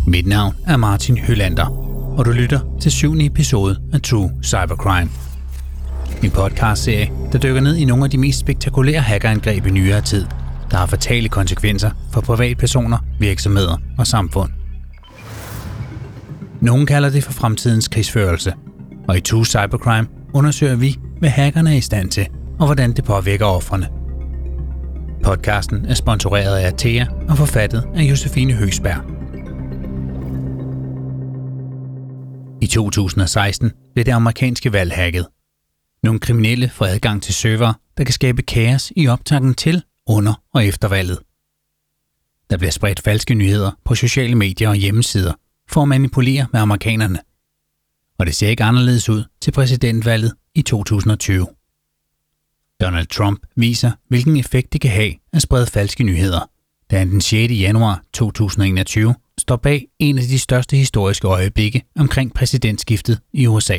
Mit navn er Martin Hølander, og du lytter til 7. episode af True Cybercrime. En podcastserie, der dykker ned i nogle af de mest spektakulære hackerangreb i nyere tid, der har fatale konsekvenser for privatpersoner, virksomheder og samfund. Nogle kalder det for fremtidens krigsførelse, og i True Cybercrime undersøger vi, hvad hackerne er i stand til, og hvordan det påvirker ofrene. Podcasten er sponsoreret af Atea og forfattet af Josefine Høgsberg. I 2016 blev det amerikanske valg hacket. Nogle kriminelle får adgang til servere, der kan skabe kaos i optakten til, under og efter valget. Der bliver spredt falske nyheder på sociale medier og hjemmesider for at manipulere med amerikanerne. Og det ser ikke anderledes ud til præsidentvalget i 2020. Donald Trump viser, hvilken effekt det kan have at sprede falske nyheder, da han den 6. januar 2021 står bag en af de største historiske øjeblikke omkring præsidentskiftet i USA.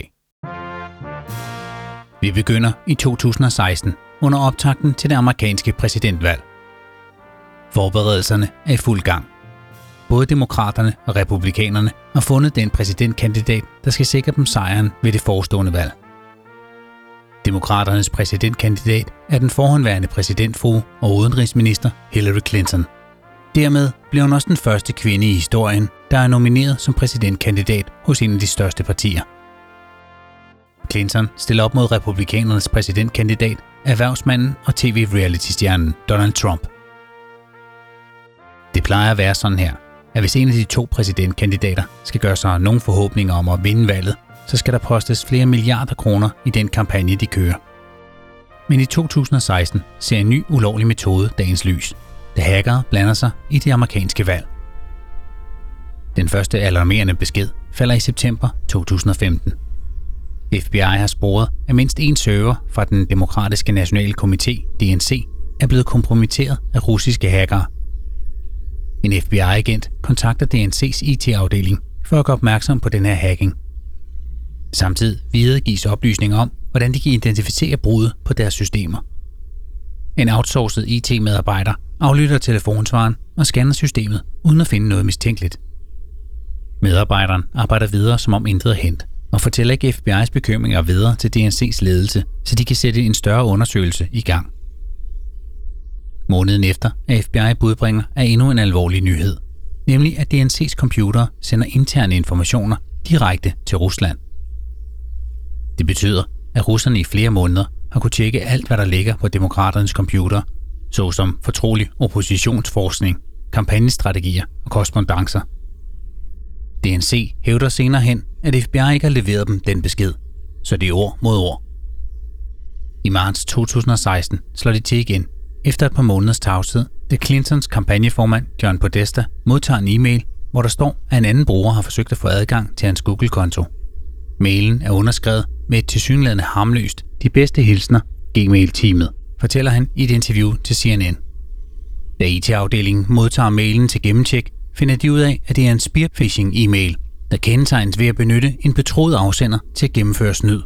Vi begynder i 2016 under optakten til det amerikanske præsidentvalg. Forberedelserne er i fuld gang. Både demokraterne og republikanerne har fundet den præsidentkandidat, der skal sikre dem sejren ved det forestående valg. Demokraternes præsidentkandidat er den forhåndværende præsidentfrue og udenrigsminister Hillary Clinton. Dermed bliver hun også den første kvinde i historien, der er nomineret som præsidentkandidat hos en af de største partier. Clinton stiller op mod republikanernes præsidentkandidat, erhvervsmanden og tv-reality-stjernen Donald Trump. Det plejer at være sådan her, at hvis en af de to præsidentkandidater skal gøre sig nogen forhåbninger om at vinde valget, så skal der postes flere milliarder kroner i den kampagne, de kører. Men i 2016 ser en ny ulovlig metode dagens lys, da hackere blander sig i det amerikanske valg. Den første alarmerende besked falder i september 2015. FBI har sporet, at mindst en server fra den demokratiske nationale komité, DNC, er blevet kompromitteret af russiske hackere. En FBI-agent kontakter DNC's IT-afdeling for at gøre opmærksom på den her hacking. Samtidig videregives oplysninger om, hvordan de kan identificere bruddet på deres systemer. En outsourcet IT-medarbejder aflytter telefonsvaren og scanner systemet uden at finde noget mistænkeligt. Medarbejderen arbejder videre, som om intet er hændt, og fortæller ikke FBI's bekymringer videre til DNC's ledelse, så de kan sætte en større undersøgelse i gang. Måneden efter er FBI budbringer af endnu en alvorlig nyhed, nemlig at DNC's computer sender interne informationer direkte til Rusland. Det betyder, at russerne i flere måneder har kunnet tjekke alt, hvad der ligger på demokraternes computer, såsom fortrolig oppositionsforskning, kampagnestrategier og korrespondancer. DNC hævder senere hen, at FBI ikke har leveret dem den besked, så det er ord mod ord. I marts 2016 slår de til igen, efter et par måneders tavshed, da Clintons kampagneformand John Podesta modtager en e-mail, hvor der står, at en anden bruger har forsøgt at få adgang til hans Google-konto. Mailen er underskrevet med et tilsyneladende harmløst "de bedste hilsner, Gmail-teamet", fortæller han i et interview til CNN. Da IT-afdelingen modtager mailen til gennemtjek, finder de ud af, at det er en spear phishing e-mail, der kendetegnes ved at benytte en betroet afsender til at gennemføre snyd.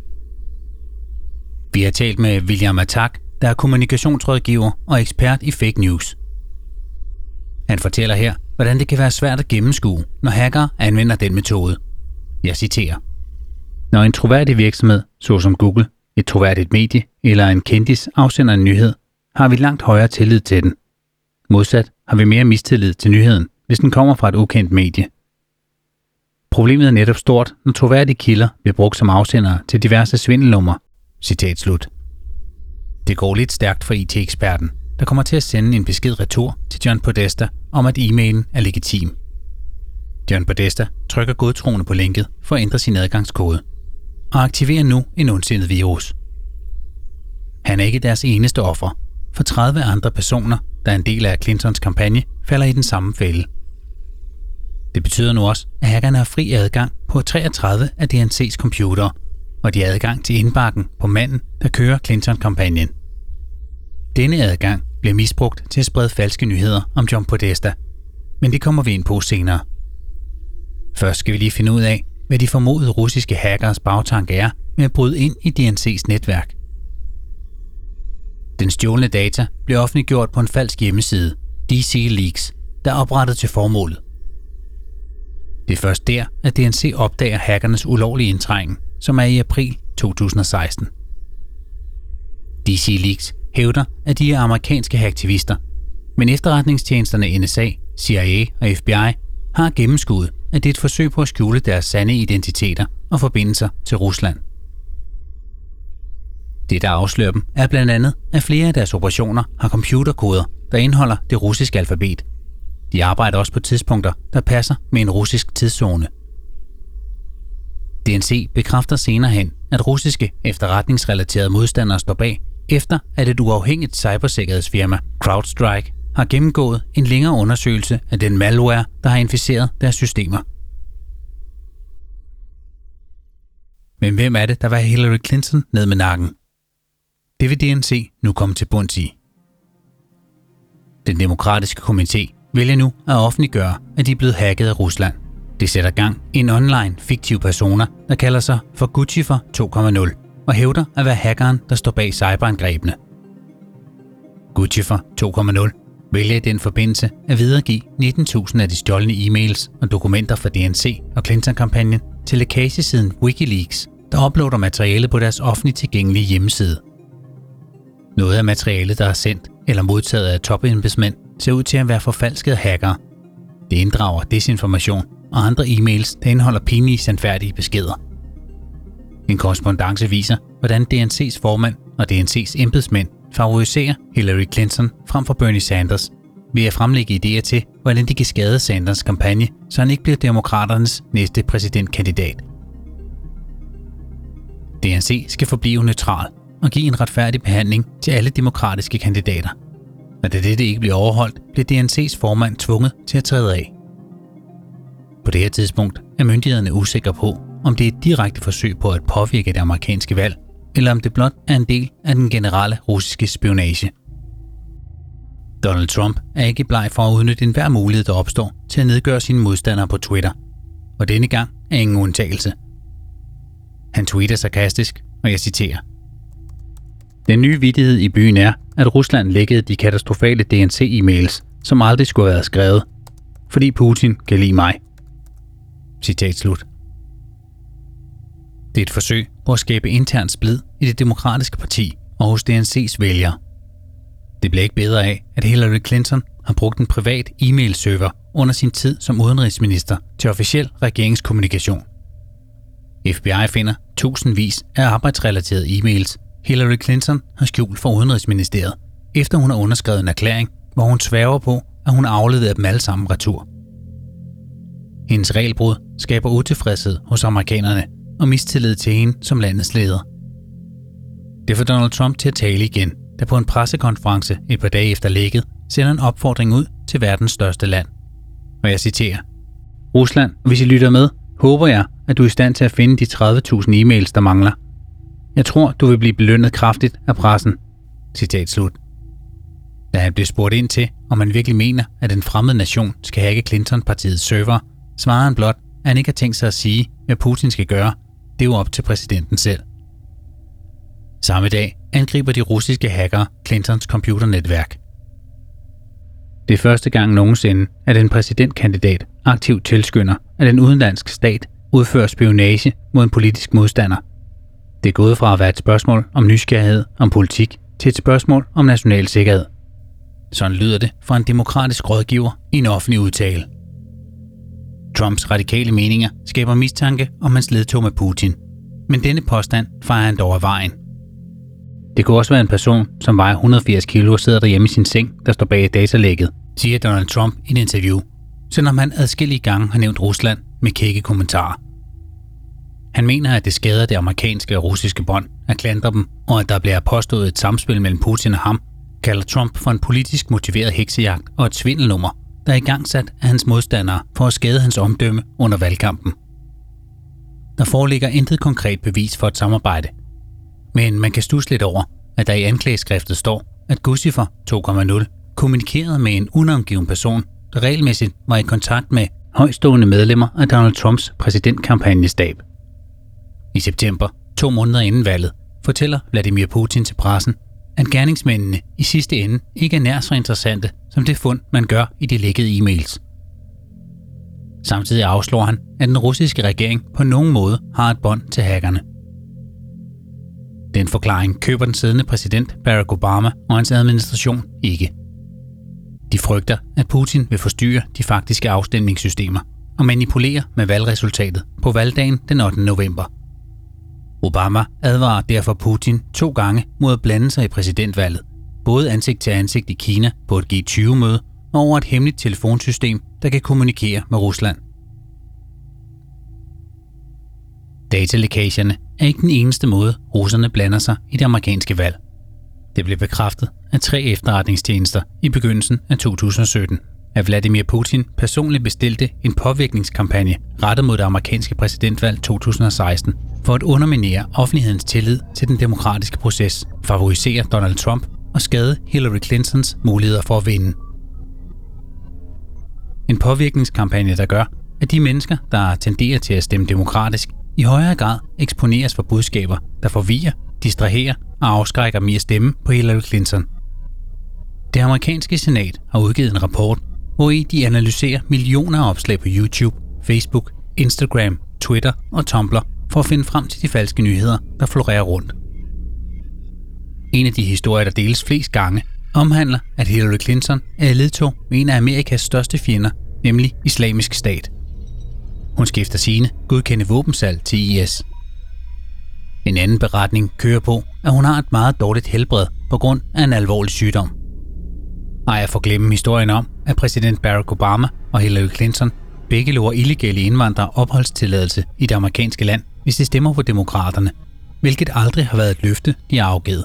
Vi har talt med William Attack, der er kommunikationsrådgiver og ekspert i fake news. Han fortæller her, hvordan det kan være svært at gennemskue, når hackere anvender den metode. Jeg citerer: "Når en troværdig virksomhed, såsom Google, et troværdigt medie eller en kendis afsender en nyhed, har vi langt højere tillid til den. Modsat har vi mere mistillid til nyheden, hvis den kommer fra et ukendt medie. Problemet er netop stort, når troværdige kilder bliver brugt som afsendere til diverse svindelnumre." Citat slut. Det går lidt stærkt for IT-eksperten, der kommer til at sende en besked retur til John Podesta om, at e-mailen er legitim. John Podesta trykker godtroende på linket for at ændre sin adgangskode og aktiverer nu en ondsindet virus. Han er ikke deres eneste offer, for 30 andre personer, der er en del af Clintons kampagne, falder i den samme fælde. Det betyder nu også, at hackerne har fri adgang på 33 af DNC's computere, og de har adgang til indbakken på manden, der kører Clinton-kampagnen. Denne adgang bliver misbrugt til at sprede falske nyheder om John Podesta, men det kommer vi ind på senere. Først skal vi lige finde ud af, hvad de formodede russiske hackers bagtanke er med at bryde ind i DNC's netværk. Den stjålne data blev offentliggjort på en falsk hjemmeside, DC Leaks, der er oprettet til formålet. Det er først der, at DNC opdager hackernes ulovlige indtrængen, som er i april 2016. DC Leaks hævder, at de er amerikanske aktivister, men efterretningstjenesterne NSA, CIA og FBI har gennemskuet, at det er et forsøg på at skjule deres sande identiteter og forbindelser til Rusland. Det, der afslører dem, er blandt andet, at flere af deres operationer har computerkoder, der indeholder det russiske alfabet. De arbejder også på tidspunkter, der passer med en russisk tidszone. DNC bekræfter senere hen, at russiske efterretningsrelaterede modstandere står bag, efter at et uafhængigt cybersikkerhedsfirma, CrowdStrike, har gennemgået en længere undersøgelse af den malware, der har inficeret deres systemer. Men hvem er det, der var Hillary Clinton ned med nakken? Det vil DNC nu komme til bunds i. Den demokratiske komité vælger nu at offentliggøre, at de er blevet hacket af Rusland. Det sætter gang i en online fiktiv persona, der kalder sig for Guccifer 2.0 og hævder at være hackeren, der står bag cyberangrebene. Guccifer 2.0 vælger i den forbindelse at videregive 19.000 af de stjålne e-mails og dokumenter fra DNC og Clinton-kampagnen til lækagesiden WikiLeaks, der uploader materialet på deres offentligt tilgængelige hjemmeside. Noget af materialet, der er sendt eller modtaget af topembedsmænd, ser ud til at være forfalskede hackere. Det inddrager desinformation og andre e-mails, der indeholder pinlige sandfærdige beskeder. En korrespondance viser, hvordan DNC's formand og DNC's embedsmænd favoriserer Hillary Clinton frem for Bernie Sanders ved at fremlægge idéer til, hvordan de kan skade Sanders kampagne, så han ikke bliver demokraternes næste præsidentkandidat. DNC skal forblive neutral og give en retfærdig behandling til alle demokratiske kandidater. Men da dette ikke bliver overholdt, bliver DNC's formand tvunget til at træde af. På det her tidspunkt er myndighederne usikre på, om det er et direkte forsøg på at påvirke det amerikanske valg, eller om det blot er en del af den generelle russiske spionage. Donald Trump er ikke bleg for at udnytte enhver mulighed, der opstår, til at nedgøre sine modstandere på Twitter. Og denne gang er ingen undtagelse. Han tweeter sarkastisk, og jeg citerer: "Den nye vittighed i byen er, at Rusland lækkede de katastrofale DNC-e-mails, som aldrig skulle have været skrevet, fordi Putin kan lide mig." Citat slut. Det er et forsøg på at skabe intern splid i det demokratiske parti og hos DNC's vælgere. Det bliver ikke bedre af, at Hillary Clinton har brugt en privat e-mail-server under sin tid som udenrigsminister til officiel regeringskommunikation. FBI finder tusindvis af arbejdsrelaterede e-mails, Hillary Clinton har skjult for Udenrigsministeriet, efter hun har underskrevet en erklæring, hvor hun sværger på, at hun afleverer dem alle sammen retur. Hendes regelbrud skaber utilfredshed hos amerikanerne og mistillid til hende som landets leder. Det får Donald Trump til at tale igen, der på en pressekonference et par dage efter lækket sender en opfordring ud til verdens største land. Og jeg citerer: "Rusland, hvis I lytter med, håber jeg, at du er i stand til at finde de 30.000 e-mails, der mangler. Jeg tror, du vil blive belønnet kraftigt af pressen." Citat slut. Da han blev spurgt ind til, om man virkelig mener, at en fremmed nation skal hacke Clinton-partiets server, svarer han blot, at han ikke har tænkt sig at sige, hvad Putin skal gøre. Det er jo op til præsidenten selv. Samme dag angriber de russiske hackere Clintons computernetværk. Det er første gang nogensinde, at en præsidentkandidat aktivt tilskynder, at en udenlandsk stat udfører spionage mod en politisk modstander. Det er gået fra at være et spørgsmål om nysgerrighed om politik til et spørgsmål om national sikkerhed. Sådan lyder det fra en demokratisk rådgiver i en offentlig udtale. Trumps radikale meninger skaber mistanke om hans ledtog med Putin, men denne påstand fejrer han dog af vejen. Det kunne også være en person, som vejer 180 kilo og sidder derhjemme i sin seng, der står bag datalækket, siger Donald Trump i et interview, selvom han adskillige gange har nævnt Rusland med kække kommentarer. Han mener, at det skader det amerikanske og russiske bånd at klandre dem, og at der bliver påstået et samspil mellem Putin og ham, kalder Trump for en politisk motiveret heksejagt og et svindelnummer, der er igangsat af hans modstandere for at skade hans omdømme under valgkampen. Der foreligger intet konkret bevis for et samarbejde, men man kan studse lidt over, at der i anklageskriftet står, at Guccifer 2.0 kommunikerede med en unavngiven person, der regelmæssigt var i kontakt med højtstående medlemmer af Donald Trumps præsidentkampagnestab. I september, 2 måneder inden valget, fortæller Vladimir Putin til pressen, at gerningsmændene i sidste ende ikke er nær så interessante som det fund, man gør i de lækkede e-mails. Samtidig afslår han, at den russiske regering på nogen måde har et bånd til hackerne. Den forklaring køber den siddende præsident Barack Obama og hans administration ikke. De frygter, at Putin vil forstyrre de faktiske afstemningssystemer og manipulere med valgresultatet på valgdagen den 8. november. Obama advarer derfor Putin 2 gange mod at blande sig i præsidentvalget, både ansigt til ansigt i Kina på et G20-møde og over et hemmeligt telefonsystem, der kan kommunikere med Rusland. Datalækagerne er ikke den eneste måde, russerne blander sig i det amerikanske valg. Det blev bekræftet af 3 efterretningstjenester i begyndelsen af 2017, at Vladimir Putin personligt bestilte en påvirkningskampagne rettet mod det amerikanske præsidentvalg 2016 for at underminere offentlighedens tillid til den demokratiske proces, favorisere Donald Trump og skade Hillary Clintons muligheder for at vinde. En påvirkningskampagne, der gør, at de mennesker, der tenderer til at stemme demokratisk, i højere grad eksponeres for budskaber, der forvirrer, distraherer og afskrækker mere stemme på Hillary Clinton. Det amerikanske senat har udgivet en rapport, hvori de analyserer millioner af opslag på YouTube, Facebook, Instagram, Twitter og Tumblr for at finde frem til de falske nyheder, der florerer rundt. En af de historier, der deles flest gange, omhandler, at Hillary Clinton er i ledtog med en af Amerikas største fjender, nemlig Islamisk Stat. Hun skifter sine godkendte våbensalg til IS. En anden beretning kører på, at hun har et meget dårligt helbred på grund af en alvorlig sygdom. Ej jeg får glemme historien om, at præsident Barack Obama og Hillary Clinton begge lover illegale indvandrere opholdstilladelse i det amerikanske land, hvis de stemmer på demokraterne, hvilket aldrig har været et løfte, de har afgivet.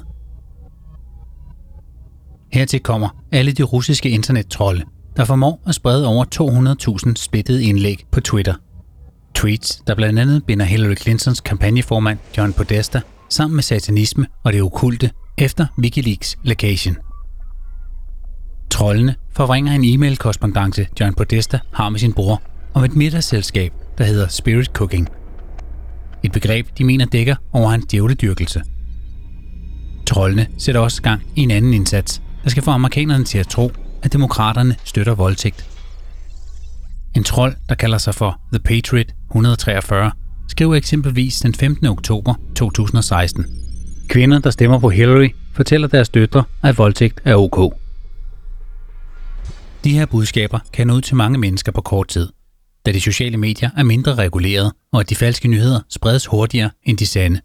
Hertil kommer alle de russiske internettrolde, der formår at sprede over 200.000 splittede indlæg på Twitter. Tweets, der blandt andet binder Hillary Clintons kampagneformand John Podesta sammen med satanisme og det okkulte efter WikiLeaks lækagen. Trollene forvrænger en e-mail-korrespondance John Podesta har med sin bror om et middagsselskab, der hedder Spirit Cooking. Et begreb, de mener dækker over hans djævledyrkelse. Trollene sætter også gang i en anden indsats, der skal få amerikanerne til at tro, at demokraterne støtter voldtægt. En trold, der kalder sig for The Patriot 143, skriver eksempelvis den 15. oktober 2016. Kvinder, der stemmer på Hillary, fortæller deres døtre, at voldtægt er ok. De her budskaber kan nå ud til mange mennesker på kort tid, da de sociale medier er mindre reguleret, og at de falske nyheder spredes hurtigere end de sande.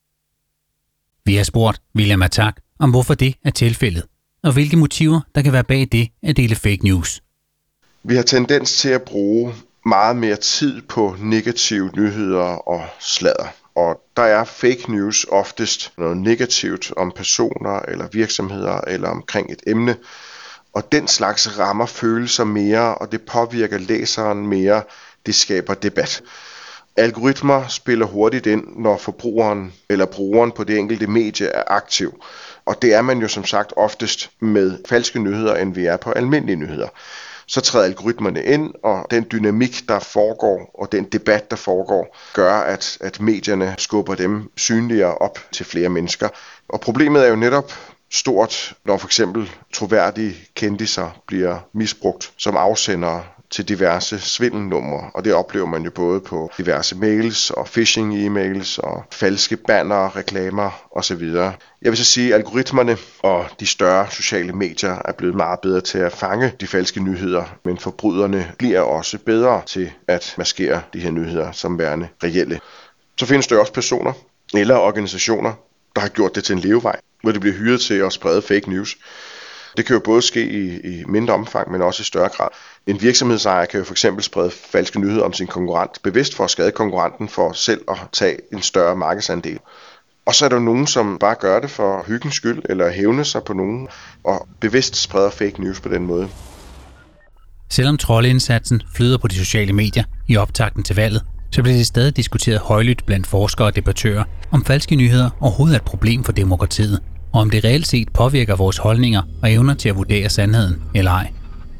Vi har spurgt William Attack om hvorfor det er tilfældet, og hvilke motiver der kan være bag det at dele fake news. Vi har tendens til at bruge meget mere tid på negative nyheder og sladder. Og der er fake news oftest noget negativt om personer eller virksomheder eller omkring et emne. Og den slags rammer følelser mere, og det påvirker læseren mere. Det skaber debat. Algoritmer spiller hurtigt ind, når forbrugeren eller brugeren på det enkelte medie er aktiv. Og det er man jo som sagt oftest med falske nyheder, end vi er på almindelige nyheder. Så træder algoritmerne ind, og den dynamik, der foregår, og den debat, der foregår, gør, at medierne skubber dem synligere op til flere mennesker. Og problemet er jo netop stort, når for eksempel troværdige kendiser bliver misbrugt som afsendere til diverse svindelnumre, og det oplever man jo både på diverse mails og phishing-e-mails og falske banner, reklamer osv. Jeg vil så sige, at algoritmerne og de større sociale medier er blevet meget bedre til at fange de falske nyheder, men forbryderne bliver også bedre til at maskere de her nyheder som værende reelle. Så findes der også personer eller organisationer, der har gjort det til en levevej, hvor de bliver hyret til at sprede fake news. Det kan jo både ske i mindre omfang, men også i større grad. En virksomhedsejer kan jo for eksempel sprede falske nyheder om sin konkurrent, bevidst for at skade konkurrenten for selv at tage en større markedsandel. Og så er der nogen, som bare gør det for hyggens skyld, eller hævne sig på nogen, og bevidst spreder fake news på den måde. Selvom troldeindsatsen flyder på de sociale medier i optakten til valget, så bliver det stadig diskuteret højlydt blandt forskere og debattører, om falske nyheder overhovedet er et problem for demokratiet, og om det reelt set påvirker vores holdninger og evner til at vurdere sandheden eller ej.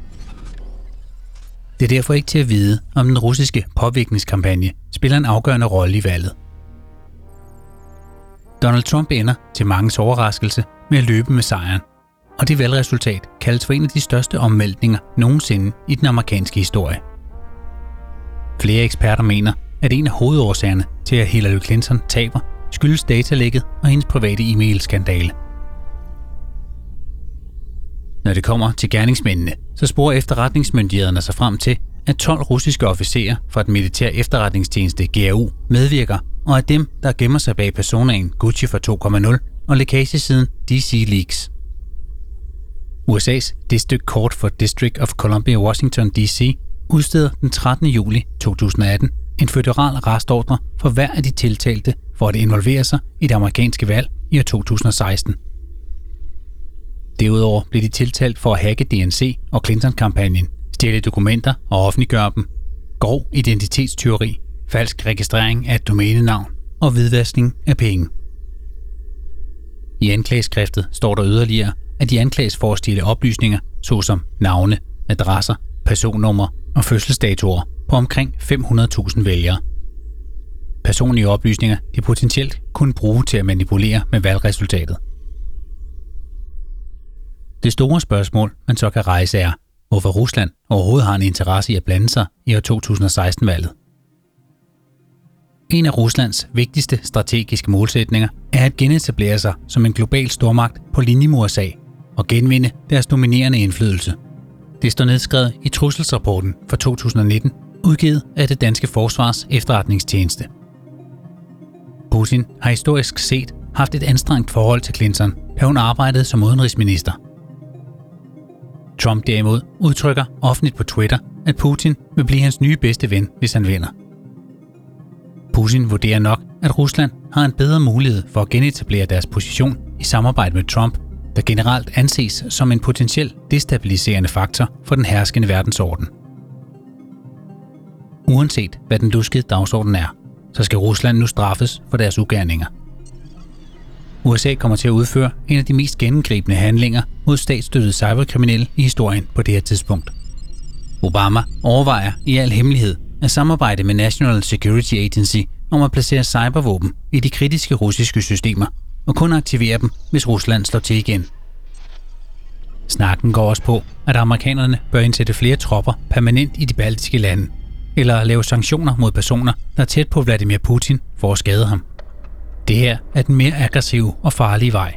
Det er derfor ikke til at vide, om den russiske påvirkningskampagne spiller en afgørende rolle i valget. Donald Trump ender til manges overraskelse med at løbe med sejren, og det valgresultat kaldes for en af de største omvæltninger nogensinde i den amerikanske historie. Flere eksperter mener, at en af hovedårsagerne til, at Hillary Clinton taber, skyldes datalækket og hendes private e-mail-skandale. Når det kommer til gerningsmændene, så sporer efterretningsmyndighederne sig frem til, at 12 russiske officerer fra den militære efterretningstjeneste GRU medvirker, og at dem, der gemmer sig bag personaen Gucci for 2.0 og lækagesiden DC Leaks. USA's District Court for District of Columbia Washington D.C. udsteder den 13. juli 2018 en føderal arrestordre for hver af de tiltalte for at involvere sig i det amerikanske valg i år 2016. Derudover blev de tiltalt for at hacke DNC og Clinton-kampagnen, stjæle dokumenter og offentliggøre dem, grov identitetstyveri, falsk registrering af et domænenavn og hvidvaskning af penge. I anklageskriftet står der yderligere, at de anklages for at stjæle oplysninger, såsom navne, adresser, personnumre og fødselsdatoer på omkring 500.000 vælgere. Personlige oplysninger, de potentielt kunne bruge til at manipulere med valgresultatet. Det store spørgsmål, man så kan rejse er, hvorfor Rusland overhovedet har en interesse i at blande sig i år 2016-valget. En af Ruslands vigtigste strategiske målsætninger er at genetablere sig som en global stormagt på linje med USA og genvinde deres dominerende indflydelse. Det står nedskrevet i trusselsrapporten for 2019, udgivet af det danske forsvars efterretningstjeneste. Putin har historisk set haft et anstrengt forhold til Clinton, da hun arbejdede som udenrigsminister. Trump derimod udtrykker offentligt på Twitter, at Putin vil blive hans nye bedste ven, hvis han vinder. Putin vurderer nok, at Rusland har en bedre mulighed for at genetablere deres position i samarbejde med Trump, der generelt anses som en potentiel destabiliserende faktor for den herskende verdensorden. Uanset hvad den luskede dagsorden er, så skal Rusland nu straffes for deres ugerninger. USA kommer til at udføre en af de mest gennemgribende handlinger mod statsstøttede cyberkriminelle i historien på det her tidspunkt. Obama overvejer i al hemmelighed at samarbejde med National Security Agency om at placere cybervåben i de kritiske russiske systemer og kun aktivere dem, hvis Rusland slår til igen. Snakken går også på, at amerikanerne bør indsætte flere tropper permanent i de baltiske lande, eller lave sanktioner mod personer, der er tæt på Vladimir Putin for at skade ham. Det her er den mere aggressive og farlige vej.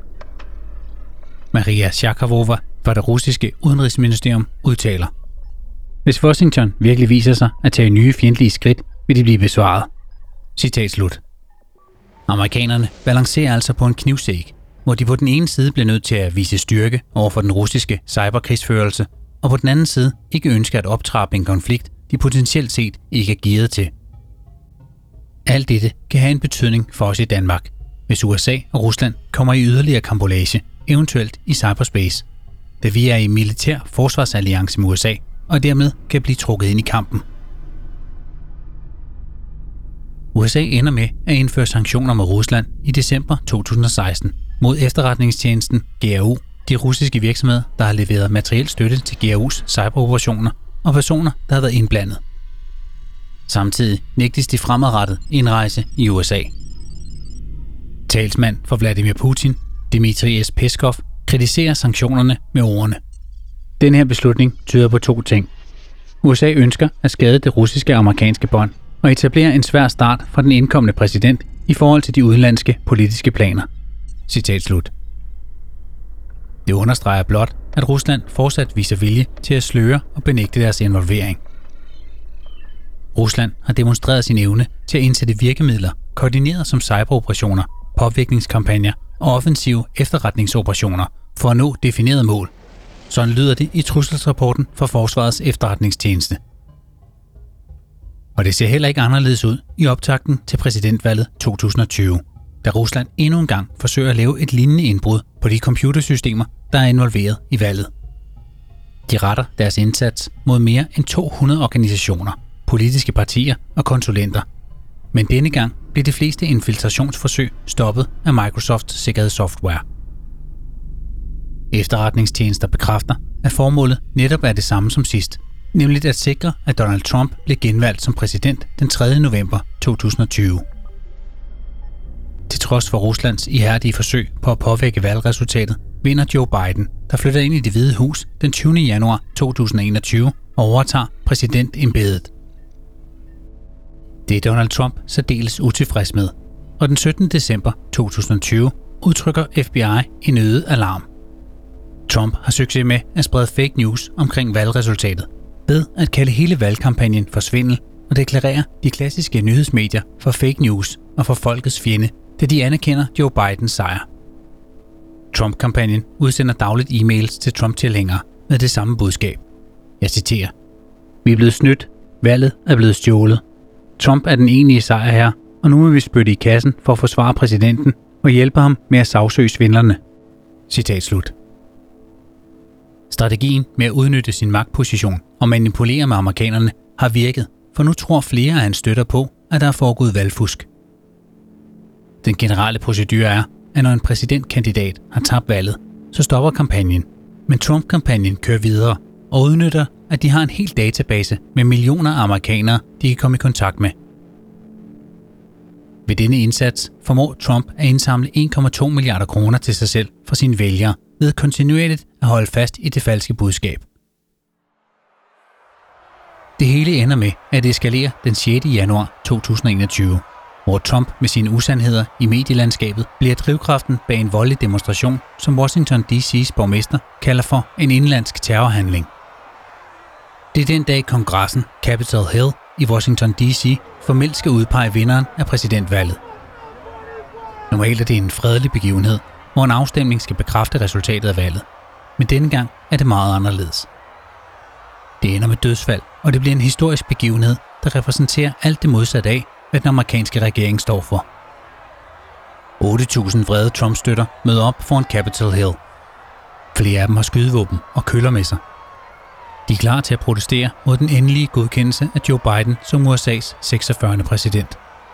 Maria Zakharova fra det russiske udenrigsministerium udtaler: Hvis Washington virkelig viser sig at tage nye fjendtlige skridt, vil de blive besvaret. Citat slut. Amerikanerne balancerer altså på en knivsæg, hvor de på den ene side bliver nødt til at vise styrke over for den russiske cyberkrigsførelse, og på den anden side ikke ønsker at optrappe en konflikt, de potentielt set ikke er gearet til. Alt dette kan have en betydning for os i Danmark, hvis USA og Rusland kommer i yderligere karambolage, eventuelt i cyberspace, da vi er i militær forsvarsalliance med USA, og dermed kan blive trukket ind i kampen. USA ender med at indføre sanktioner mod Rusland i december 2016 mod efterretningstjenesten GRU, de russiske virksomheder, der har leveret materiel støtte til GRU's cyberoperationer og personer, der har været indblandet. Samtidig nægtes de fremadrettet indrejse i USA. Talsmand for Vladimir Putin, Dmitry S. Peskov, kritiserer sanktionerne med ordene: Den her beslutning tyder på to ting. USA ønsker at skade det russiske amerikanske bånd og etablere en svær start fra den indkommende præsident i forhold til de udenlandske politiske planer. Citat slut. Det understreger blot, at Rusland fortsat viser vilje til at sløre og benægte deres involvering. Rusland har demonstreret sin evne til at indsætte virkemidler, koordineret som cyberoperationer, påvirkningskampagner og offensive efterretningsoperationer for at nå definerede mål. Sådan lyder det i trusselsrapporten fra Forsvarets efterretningstjeneste. Og det ser heller ikke anderledes ud i optakten til præsidentvalget 2020, da Rusland endnu en gang forsøger at lave et lignende indbrud på de computersystemer, der er involveret i valget. De retter deres indsats mod mere end 200 organisationer, politiske partier og konsulenter. Men denne gang blev de fleste infiltrationsforsøg stoppet af Microsofts sikkerhedssoftware. Efterretningstjenester bekræfter, at formålet netop er det samme som sidst, nemlig at sikre, at Donald Trump blev genvalgt som præsident den 3. november 2020. Til trods for Ruslands ihærdige forsøg på at påvirke valgresultatet, vinder Joe Biden, der flytter ind i Det Hvide Hus den 20. januar 2021 og overtager præsidentembedet. Det er Donald Trump særdeles utilfreds med, og den 17. december 2020 udtrykker FBI en øget alarm. Trump har succes med at sprede fake news omkring valgresultatet, ved at kalde hele valgkampagnen for svindel og deklarere de klassiske nyhedsmedier for fake news og for folkets fjende, da de anerkender Joe Bidens sejr. Trump-kampagnen udsender dagligt e-mails til Trump-tilhængere med det samme budskab. Jeg citerer: "Vi er blevet snydt. Valget er blevet stjålet. Trump er den egentlige sejrherre, og nu må vi spytte i kassen for at forsvare præsidenten og hjælpe ham med at sagsøge svindlerne." Citat slut. Strategien med at udnytte sin magtposition og manipulere med amerikanerne har virket, for nu tror flere af hans støtter på, at der er foregået valgfusk. Den generelle procedure er, at når en præsidentkandidat har tabt valget, så stopper kampagnen, men Trump-kampagnen kører videre og udnytter, at de har en hel database med millioner af amerikanere, de kan komme i kontakt med. Ved denne indsats formår Trump at indsamle 1,2 milliarder kroner til sig selv fra sine vælgere ved kontinuerligt at holde fast i det falske budskab. Det hele ender med at eskalere den 6. januar 2021, hvor Trump med sine usandheder i medielandskabet bliver drivkraften bag en voldelig demonstration, som Washington D.C.'s borgmester kalder for en indenlandsk terrorhandling. Det er den dag kongressen, Capitol Hill i Washington D.C., formelt skal udpege vinderen af præsidentvalget. Normalt er det en fredelig begivenhed, hvor en afstemning skal bekræfte resultatet af valget, men denne gang er det meget anderledes. Det ender med dødsfald, og det bliver en historisk begivenhed, der repræsenterer alt det modsatte af, hvad den amerikanske regering står for. 8.000 vrede Trump-støtter møder op foran Capitol Hill. Flere af dem har skydevåben og køller med sig. De er klar til at protestere mod den endelige godkendelse af Joe Biden som USA's 46. præsident.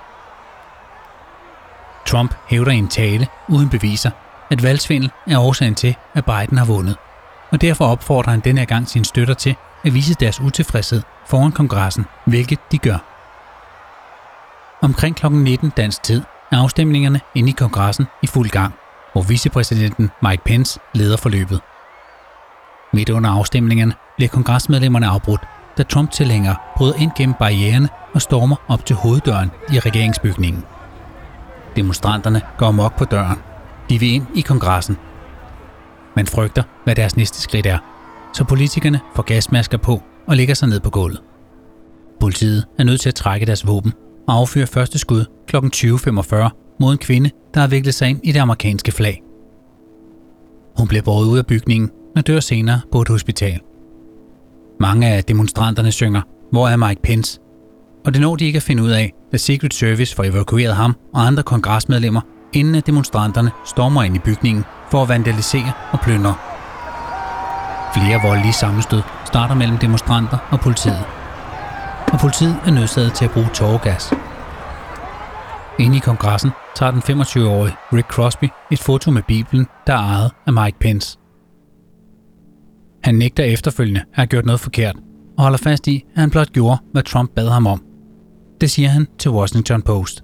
Trump hævder i en tale uden beviser, at valgsvindel er årsagen til, at Biden har vundet, og derfor opfordrer han denne gang sine støtter til at vise deres utilfredshed foran kongressen, hvilket de gør. Omkring kl. 19 dansk tid er afstemningerne inde i kongressen i fuld gang, hvor vicepræsidenten Mike Pence leder forløbet. Midt under afstemningerne bliver kongresmedlemmerne afbrudt, da Trump-tilhængere bryder ind gennem barriererne og stormer op til hoveddøren i regeringsbygningen. Demonstranterne går amok på døren. De vil ind i kongressen. Man frygter, hvad deres næste skridt er, så politikerne får gasmasker på og lægger sig ned på gulvet. Politiet er nødt til at trække deres våben og affyre første skud kl. 20:45 mod en kvinde, der har viklet sig ind i det amerikanske flag. Hun blev båret ud af bygningen og dør senere på et hospital. Mange af demonstranterne synger, "Hvor er Mike Pence?" Og det når de ikke at finde ud af, da Secret Service får evakueret ham og andre kongresmedlemmer, inden at demonstranterne stormer ind i bygningen for at vandalisere og plyndre. Flere voldelige sammenstød starter mellem demonstranter og politiet. Og politiet er nødsaget til at bruge tåregas. Inde i kongressen tager den 25-årige Rick Crosby et foto med Bibelen, der er ejet af Mike Pence. Han nægter efterfølgende at have gjort noget forkert, og holder fast i, at han blot gjorde, hvad Trump bad ham om. Det siger han til Washington Post.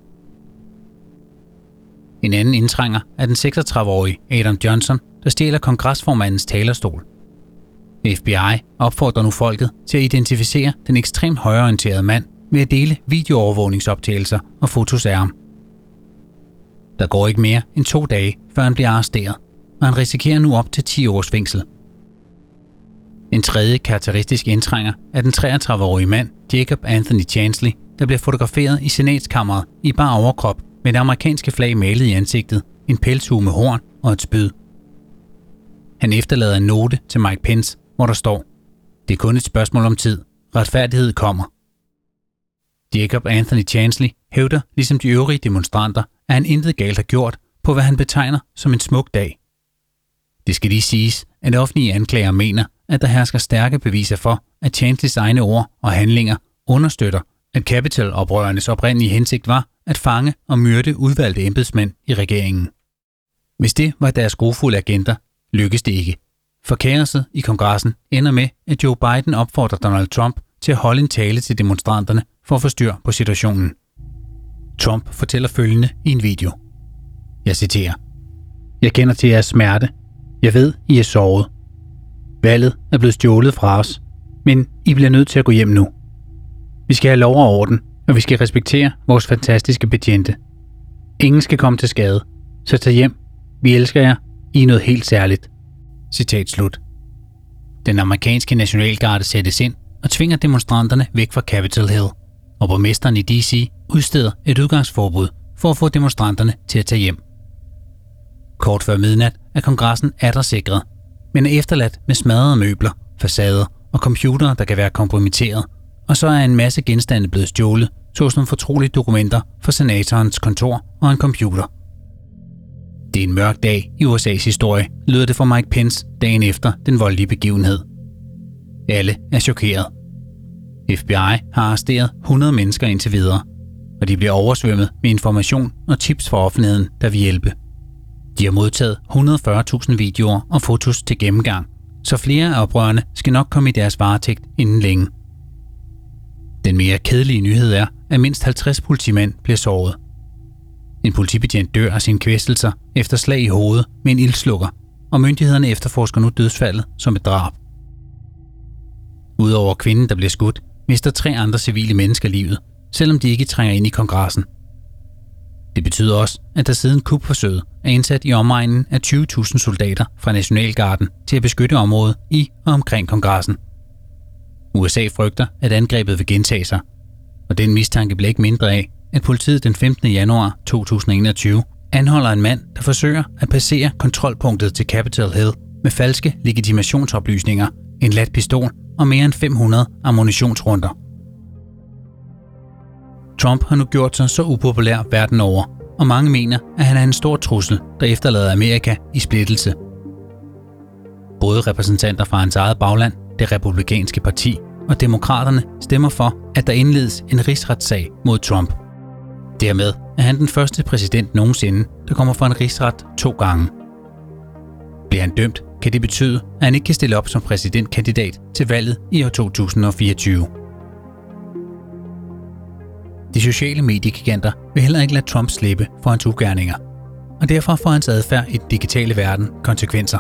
En anden indtrænger er den 36-årige Adam Johnson, der stjæler kongresformandens talerstol. FBI opfordrer nu folket til at identificere den ekstremt højreorienterede mand ved at dele videoovervågningsoptagelser og fotos af ham. Der går ikke mere end 2 dage, før han bliver arresteret, og han risikerer nu op til 10 års fængsel. En tredje karakteristisk indtrænger er den 33-årige mand Jacob Anthony Chansley, der bliver fotograferet i senatskammeret i bar overkrop med det amerikanske flag malet i ansigtet, en pelshue med horn og et spyd. Han efterlader en note til Mike Pence, hvor der står: "Det er kun et spørgsmål om tid. Retfærdighed kommer." Jacob Anthony Chansley hævder, ligesom de øvrige demonstranter, at han intet galt har gjort på, hvad han betegner som en smuk dag. Det skal lige siges, at offentlige anklager mener, at der hersker stærke beviser for, at Chancleys egne ord og handlinger understøtter, at Capitol-oprørernes oprindelige hensigt var at fange og myrde udvalgte embedsmænd i regeringen. Hvis det var deres grufulde agenter, lykkes det ikke. For kaoset i kongressen ender med, at Joe Biden opfordrer Donald Trump til at holde en tale til demonstranterne for at få styr på situationen. Trump fortæller følgende i en video. Jeg citerer: "Jeg kender til jeres smerte. Jeg ved, I er såret. Valget er blevet stjålet fra os, men I bliver nødt til at gå hjem nu. Vi skal have lov og orden, og vi skal respektere vores fantastiske betjente. Ingen skal komme til skade, så tag hjem. Vi elsker jer. I er noget helt særligt. Citat slut. Den amerikanske nationalgarde sættes ind og tvinger demonstranterne væk fra Capitol Hill, og borgmesteren i D.C. udsteder et udgangsforbud for at få demonstranterne til at tage hjem. Kort før midnat er kongressen atter sikret, men er efterladt med smadrede møbler, facader og computere, der kan være kompromitteret, og så er en masse genstande blevet stjålet, såsom fortrolige dokumenter fra senatorens kontor og en computer. Det er en mørk dag i USA's historie, lyder det fra Mike Pence dagen efter den voldelige begivenhed. Alle er chokeret. FBI har arresteret 100 mennesker indtil videre, og de bliver oversvømmet med information og tips fra offentligheden, der vil hjælpe. De har modtaget 140.000 videoer og fotos til gennemgang, så flere af oprørerne skal nok komme i deres varetægt inden længe. Den mere kedelige nyhed er, at mindst 50 politimænd bliver såret. En politibetjent dør af sine kvæstelser efter slag i hovedet med en ildslukker, og myndighederne efterforsker nu dødsfaldet som et drab. Udover kvinden, der bliver skudt, mister 3 andre civile mennesker livet, selvom de ikke trænger ind i kongressen. Det betyder også, at der siden kupforsøget er indsat i omegnen af 20.000 soldater fra Nationalgarden til at beskytte området i og omkring kongressen. USA frygter, at angrebet vil gentage sig, og den mistanke bliver ikke mindre af, at politiet den 15. januar 2021 anholder en mand, der forsøger at passere kontrolpunktet til Capitol Hill med falske legitimationsoplysninger, en lat pistol og mere end 500 ammunitionsrunder. Trump har nu gjort sig så upopulær verden over, og mange mener, at han er en stor trussel, der efterlader Amerika i splittelse. Både repræsentanter fra hans eget bagland, det republikanske parti, og demokraterne stemmer for, at der indledes en rigsretssag mod Trump. Dermed er han den første præsident nogensinde, der kommer for en rigsret 2 gange. Bliver han dømt, kan det betyde, at han ikke kan stille op som præsidentkandidat til valget i år 2024. De sociale mediegiganter vil heller ikke lade Trump slippe for hans ugerninger, og derfor får hans adfærd i den digitale verden konsekvenser.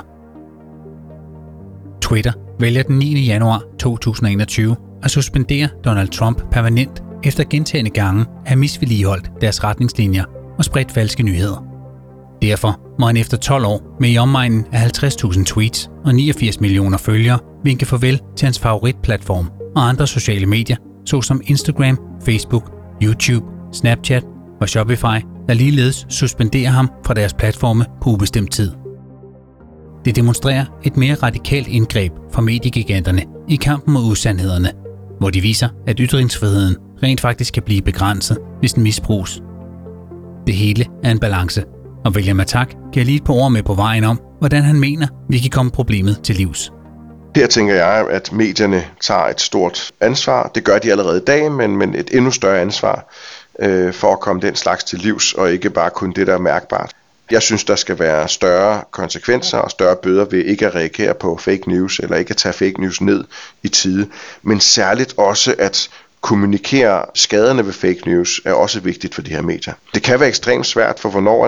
Twitter vælger den 9. januar 2021 at suspendere Donald Trump permanent efter gentagne gange at have misvedligeholdt deres retningslinjer og spredt falske nyheder. Derfor må han efter 12 år med i omegnen af 50.000 tweets og 89 millioner følgere vinke farvel til hans favoritplatform og andre sociale medier, såsom Instagram, Facebook, YouTube, Snapchat og Shopify, der ligeledes suspenderer ham fra deres platforme på ubestemt tid. Det demonstrerer et mere radikalt indgreb fra mediegiganterne i kampen mod usandhederne, hvor de viser, at ytringsfriheden rent faktisk kan blive begrænset, hvis den misbruges. Det hele er en balance, og William Attack giver lige et par ord med på vejen om, hvordan han mener, vi kan komme problemet til livs. Her tænker jeg, at medierne tager et stort ansvar. Det gør de allerede i dag, men et endnu større ansvar for at komme den slags til livs, og ikke bare kun det, der er mærkbart. Jeg synes, der skal være større konsekvenser og større bøder ved ikke at reagere på fake news, eller ikke at tage fake news ned i tide. Men særligt også at kommunikere skaderne ved fake news er også vigtigt for de her medier. Det kan være ekstremt svært, for hvornår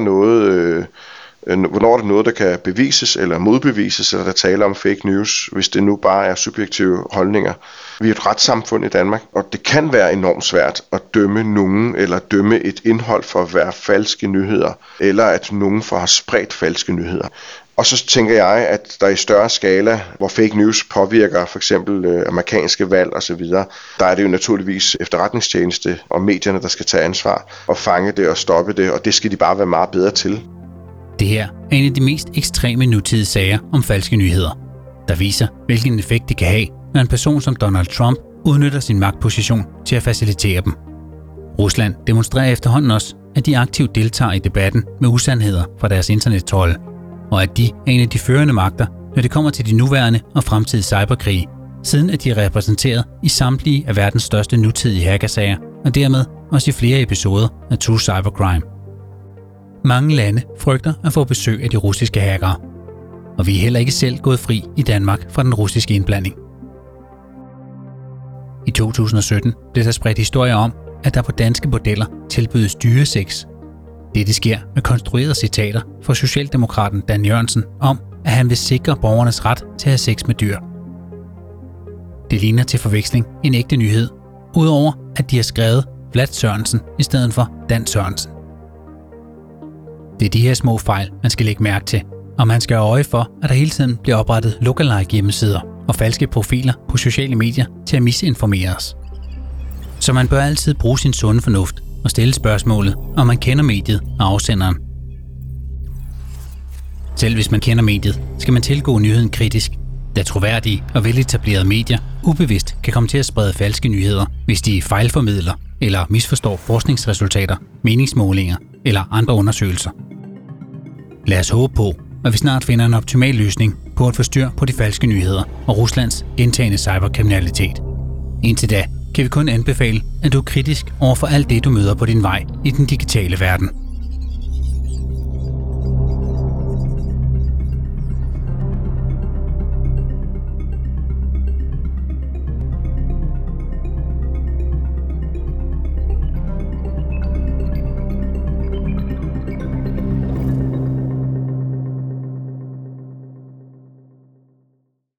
er det noget, der kan bevises eller modbevises, eller der taler om fake news, hvis det nu bare er subjektive holdninger. Vi er et retssamfund i Danmark, og det kan være enormt svært at dømme nogen, eller dømme et indhold for at være falske nyheder, eller at nogen får har spredt falske nyheder. Og så tænker jeg, at der i større skala, hvor fake news påvirker for eksempel amerikanske valg osv., der er det jo naturligvis efterretningstjeneste og medierne, der skal tage ansvar og fange det og stoppe det, og det skal de bare være meget bedre til. Det her er en af de mest ekstreme nutidige sager om falske nyheder, der viser, hvilken effekt det kan have, når en person som Donald Trump udnytter sin magtposition til at facilitere dem. Rusland demonstrerer efterhånden også, at de aktivt deltager i debatten med usandheder fra deres internettrolde, og at de er en af de førende magter, når det kommer til de nuværende og fremtidige cyberkrige, siden at de er repræsenteret i samtlige af verdens største nutidige hackersager, og dermed også i flere episoder af True Cybercrime. Mange lande frygter at få besøg af de russiske hackere, og vi er heller ikke selv gået fri i Danmark fra den russiske indblanding. I 2017 blev der spredt historier om, at der på danske bordeller tilbydes dyresex. Dette sker med konstruerede citater fra socialdemokraten Dan Jørgensen om, at han vil sikre borgernes ret til at have sex med dyr. Det ligner til forveksling en ægte nyhed, udover at de har skrevet Vlad Sørensen i stedet for Dan Sørensen. Det er de her små fejl, man skal lægge mærke til, og man skal have øje for, at der hele tiden bliver oprettet lookalike hjemmesider og falske profiler på sociale medier til at misinformere os. Så man bør altid bruge sin sunde fornuft og stille spørgsmålet, om man kender mediet og afsenderen. Selv hvis man kender mediet, skal man tilgå nyheden kritisk, da troværdige og veletablerede medier ubevidst kan komme til at sprede falske nyheder, hvis de fejlformidler eller misforstår forskningsresultater, meningsmålinger eller andre undersøgelser. Lad os håbe på, at vi snart finder en optimal løsning på at få styr på de falske nyheder og Ruslands gentagne cyberkriminalitet. Indtil da kan vi kun anbefale, at du er kritisk over for alt det, du møder på din vej i den digitale verden.